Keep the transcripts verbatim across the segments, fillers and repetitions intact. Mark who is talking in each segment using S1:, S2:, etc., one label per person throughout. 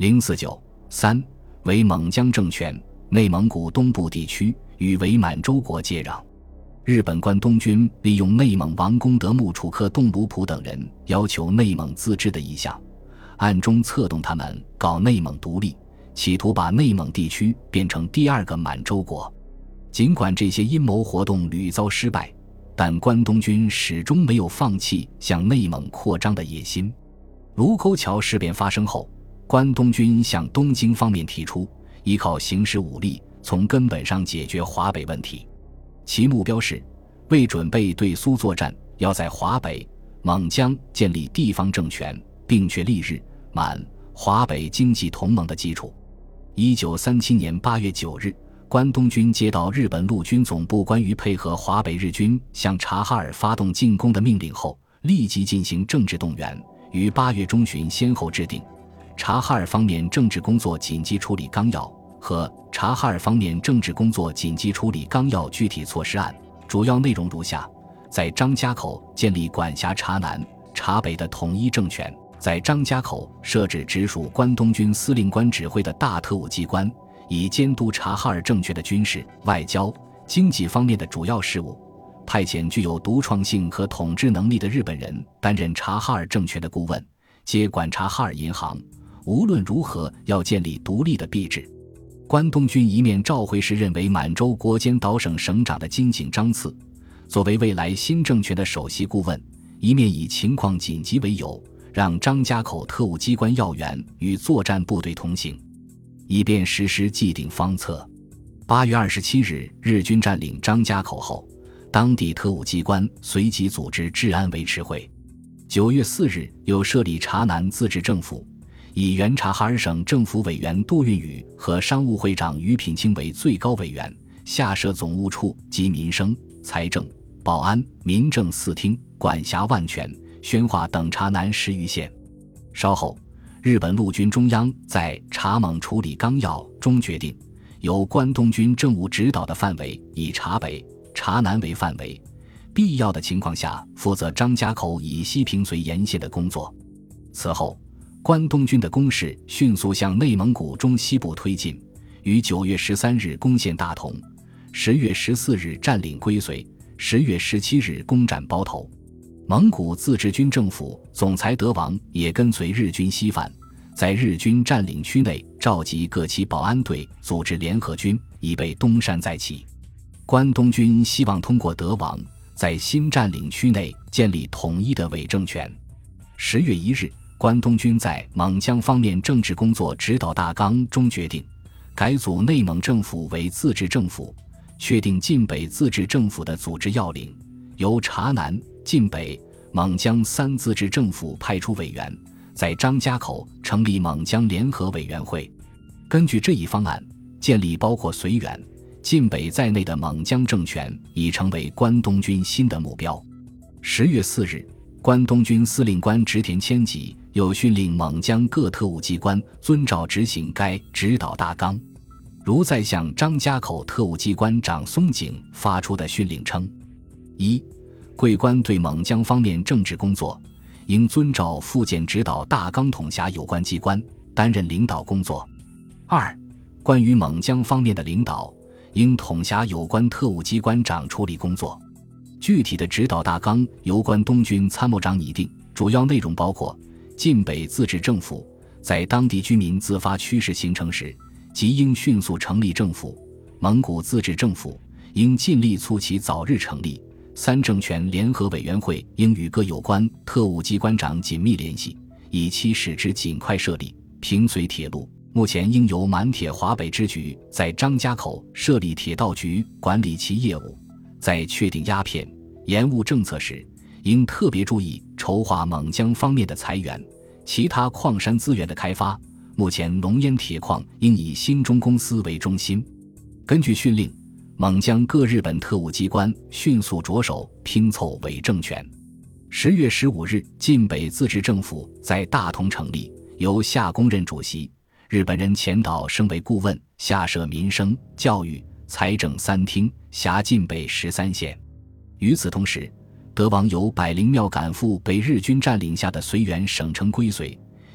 S1: 零四九三为蒙疆政权，内蒙古东部地区与伪满洲国接壤。日本关东军利用内蒙王功德木楚克洞鲁普等人要求内蒙自治的意向，暗中策动他们搞内蒙独立，企图把内蒙地区变成第二个满洲国。尽管这些阴谋活动屡遭失败，但关东军始终没有放弃向内蒙扩张的野心。卢沟桥事变发生后，关东军向东京方面提出依靠行使武力从根本上解决华北问题，其目标是为准备对苏作战，要在华北、蒙疆建立地方政权，并确立日、满、华北经济同盟的基础。一九三七年八月九日，关东军接到日本陆军总部关于配合华北日军向察哈尔发动进攻的命令后，立即进行政治动员，于八月中旬先后制定察哈尔方面政治工作紧急处理纲要和察哈尔方面政治工作紧急处理纲要具体措施案，主要内容如下：在张家口建立管辖察南、察北的统一政权，在张家口设置直属关东军司令官指挥的大特务机关，以监督察哈尔政权的军事、外交、经济方面的主要事务，派遣具有独创性和统治能力的日本人担任察哈尔政权的顾问，接管察哈尔银行，无论如何要建立独立的币制。关东军一面召回时任为满洲国间岛省省长的金井章次作为未来新政权的首席顾问，一面以情况紧急为由，让张家口特务机关要员与作战部队同行，以便实施既定方策。八月二十七日，日军占领张家口后，当地特务机关随即组织治安维持会。九月四日，又设立察南自治政府，以原察哈尔省政府委员杜运宇和商务会长于品清为最高委员，下设总务处及民生、财政、保安、民政四厅，管辖万全、宣化等察南十余县。稍后，日本陆军中央在察蒙处理纲要中决定，由关东军政务指导的范围以察北、察南为范围，必要的情况下负责张家口以西平绥沿线的工作。此后，关东军的攻势迅速向内蒙古中西部推进，于九月十三日攻陷大同，十月十四日占领归绥，十月十七日攻占包头。蒙古自治军政府总裁德王也跟随日军西返，在日军占领区内召集各旗保安队，组织联合军，以备东山再起。关东军希望通过德王在新占领区内建立统一的伪政权。十月一日，关东军在蒙疆方面政治工作指导大纲中决定，改组内蒙政府为自治政府，确定晋北自治政府的组织要领，由察南、晋北、蒙疆三自治政府派出委员，在张家口成立蒙疆联合委员会。根据这一方案，建立包括绥远、晋北在内的蒙疆政权已成为关东军新的目标。十月四日，关东军司令官植田谦己又训令蒙疆各特务机关遵照执行该指导大纲，如在向张家口特务机关长松井发出的训令称：一、贵关对蒙疆方面政治工作应遵照附件指导大纲统辖有关机关，担任领导工作；二、关于蒙疆方面的领导应统辖有关特务机关长处理工作。具体的指导大纲由关东军参谋长拟定，主要内容包括：晋北自治政府在当地居民自发趋势形成时，即应迅速成立政府；蒙古自治政府应尽力促其早日成立；三政权联合委员会应与各有关特务机关长紧密联系，以期使之尽快设立。平绥铁路目前应由满铁华北支局在张家口设立铁道局管理其业务。在确定鸦片、盐务政策时，应特别注意筹划蒙疆方面的财源、其他矿山资源的开发。目前龙烟铁矿应以兴中公司为中心。根据训令，蒙疆各日本特务机关迅速着手拼凑伪政权。十月十五日，晋北自治政府在大同成立，由夏公任主席，日本人前岛升为顾问，下设民生、教育、财政三厅，辖晋北十三县。与此同时，德王由百灵庙赶赴被日军占领下的绥远省城归绥，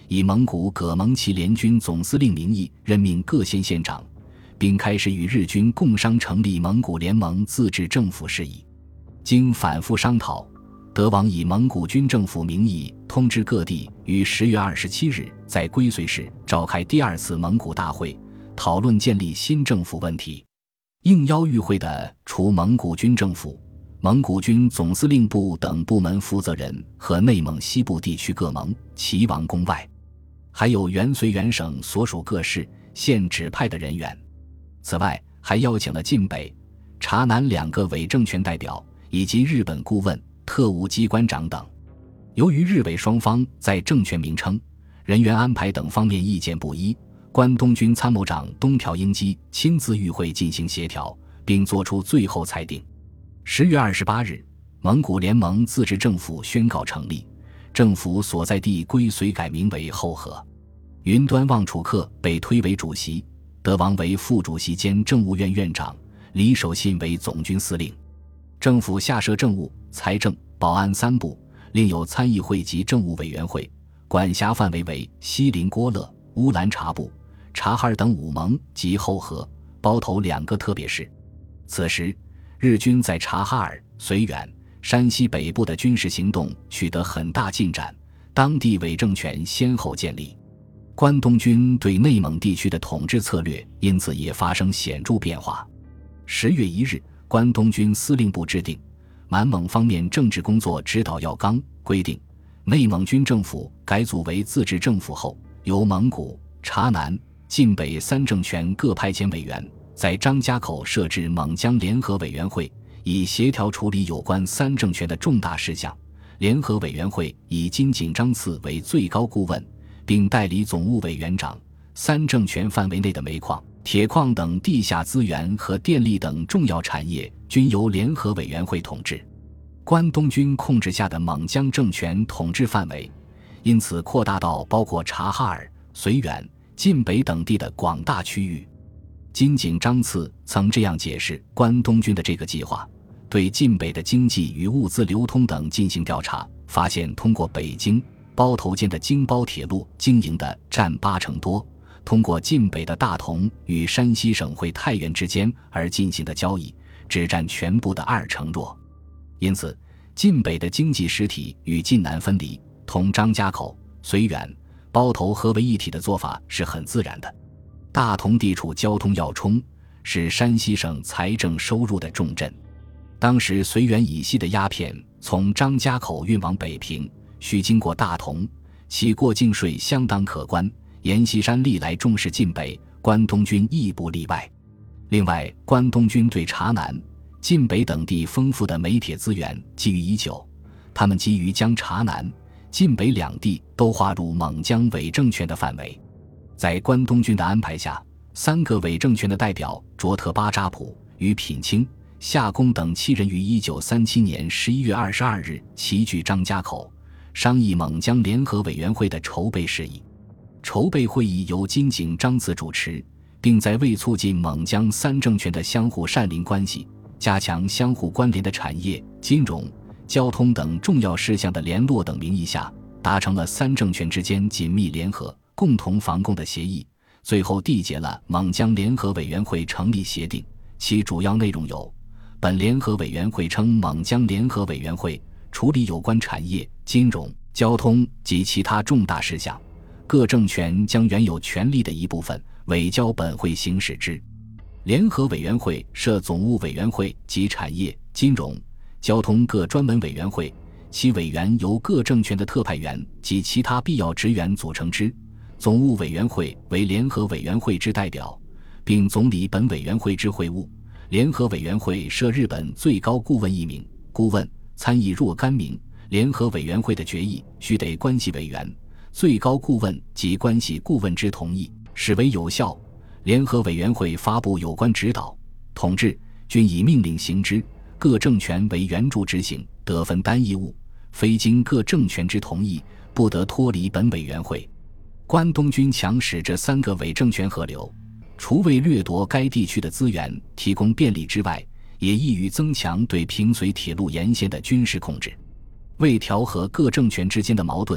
S1: 以蒙古葛蒙旗联军总司令名义任命各县县长，并开始与日军共商成立蒙古联盟自治政府事宜。经反复商讨，德王以蒙古军政府名义通知各地，于十月二十七日在归绥市召开第二次蒙古大会，讨论建立新政府问题。应邀与会的除蒙古军政府、蒙古军总司令部等部门负责人和内蒙西部地区各盟、齐王公外，还有原绥远省所属各市、县指派的人员。此外，还邀请了晋北、察南两个伪政权代表，以及日本顾问、特务机关长等。由于日伪双方在政权名称、人员安排等方面意见不一，关东军参谋长东条英机亲自与会进行协调，并作出最后裁定。十月二十八日，蒙古联盟自治政府宣告成立，政府所在地归绥改名为后河。云端旺楚克被推为主席，德王为副主席兼政务院院长，李守信为总军司令。政府下设政务、财政、保安三部，另有参议会及政务委员会，管辖范围为锡林郭勒、乌兰察布、察哈尔等五盟及后河、包头两个特别市。此时，日军在察哈尔、绥远、山西北部的军事行动取得很大进展，当地伪政权先后建立。关东军对内蒙地区的统治策略因此也发生显著变化。十月一日，关东军司令部制定满蒙方面政治工作指导要纲，规定内蒙军政府改组为自治政府后，由蒙古、察南、晋北三政权各派遣委员，在张家口设置蒙江联合委员会，以协调处理有关三政权的重大事项。联合委员会以金井章次为最高顾问，并代理总务委员长。三政权范围内的煤矿、铁矿等地下资源和电力等重要产业均由联合委员会统治。关东军控制下的蒙江政权统治范围因此扩大到包括察哈尔、绥远、晋北等地的广大区域。金井章次曾这样解释关东军的这个计划：对晋北的经济与物资流通等进行调查，发现通过北京、包头间的京包铁路经营的占八成多，通过晋北的大同与山西省会太原之间而进行的交易只占全部的二成弱。因此，晋北的经济实体与晋南分离，同张家口、绥远、包头合为一体的做法是很自然的。大同地处交通要冲，是山西省财政收入的重镇。当时绥远以西的鸦片从张家口运往北平，需经过大同，其过境税相当可观。阎锡山历来重视晋北，关东军亦不例外。另外，关东军对察南、晋北等地丰富的煤铁资源觊觎已久，他们急于将察南、晋北两地都划入蒙江伪政权的范围。在关东军的安排下，三个伪政权的代表卓特巴扎普、于品清、夏公等七人于一九三七年十一月二十二日齐聚张家口，商议蒙江联合委员会的筹备事宜。筹备会议由金井章次主持，并在为促进蒙江三政权的相互善邻关系，加强相互关联的产业、金融、交通等重要事项的联络等名义下，达成了三政权之间紧密联合、共同防共的协议，最后缔结了蒙江联合委员会成立协定。其主要内容有：本联合委员会称蒙江联合委员会，处理有关产业、金融、交通及其他重大事项，各政权将原有权力的一部分委交本会行使之。联合委员会设总务委员会及产业、金融、交通各专门委员会，其委员由各政权的特派员及其他必要职员组成之。总务委员会为联合委员会之代表，并总理本委员会之会务。联合委员会设日本最高顾问一名，顾问、参议若干名。联合委员会的决议须得关系委员、最高顾问及关系顾问之同意，使为有效。联合委员会发布有关指导、统治，均以命令行之，各政权为援助执行，得分担义务，非经各政权之同意，不得脱离本委员会。关东军强使这三个伪政权合流，除为掠夺该地区的资源提供便利之外，也易于增强对平绥铁路沿线的军事控制。为调和各政权之间的矛盾，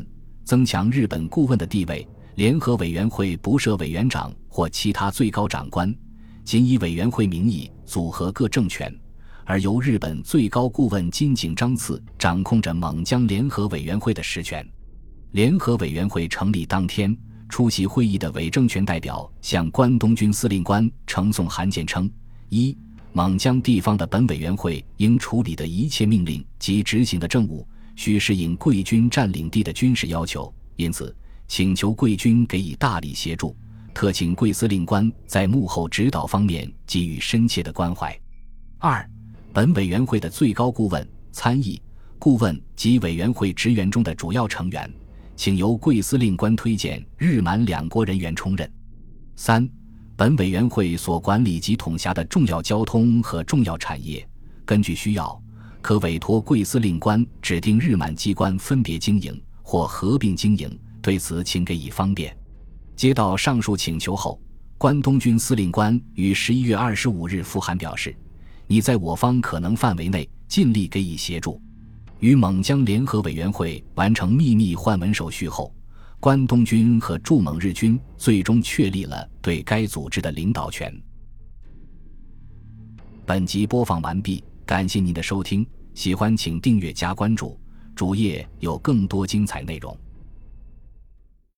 S1: 增强日本顾问的地位，联合委员会不设委员长或其他最高长官，仅以委员会名义组合各政权，而由日本最高顾问金井章次掌控着蒙江联合委员会的实权。联合委员会成立当天，出席会议的伪政权代表向关东军司令官呈送函件称：一、蒙江地方的本委员会应处理的一切命令及执行的政务，须适应贵军占领地的军事要求，因此请求贵军给予大力协助，特请贵司令官在幕后指导方面给予深切的关怀。二、本委员会的最高顾问、参议、顾问及委员会职员中的主要成员，请由贵司令官推荐日满两国人员充任。三、本委员会所管理及统辖的重要交通和重要产业，根据需要，可委托贵司令官指定日满机关分别经营或合并经营，对此请给予方便。接到上述请求后，关东军司令官于十一月二十五日复函表示，你在我方可能范围内尽力给予协助。与蒙江联合委员会完成秘密换文手续后，关东军和驻蒙日军最终确立了对该组织的领导权。本集播放完毕，感谢您的收听，喜欢请订阅加关注，主页有更多精彩内容。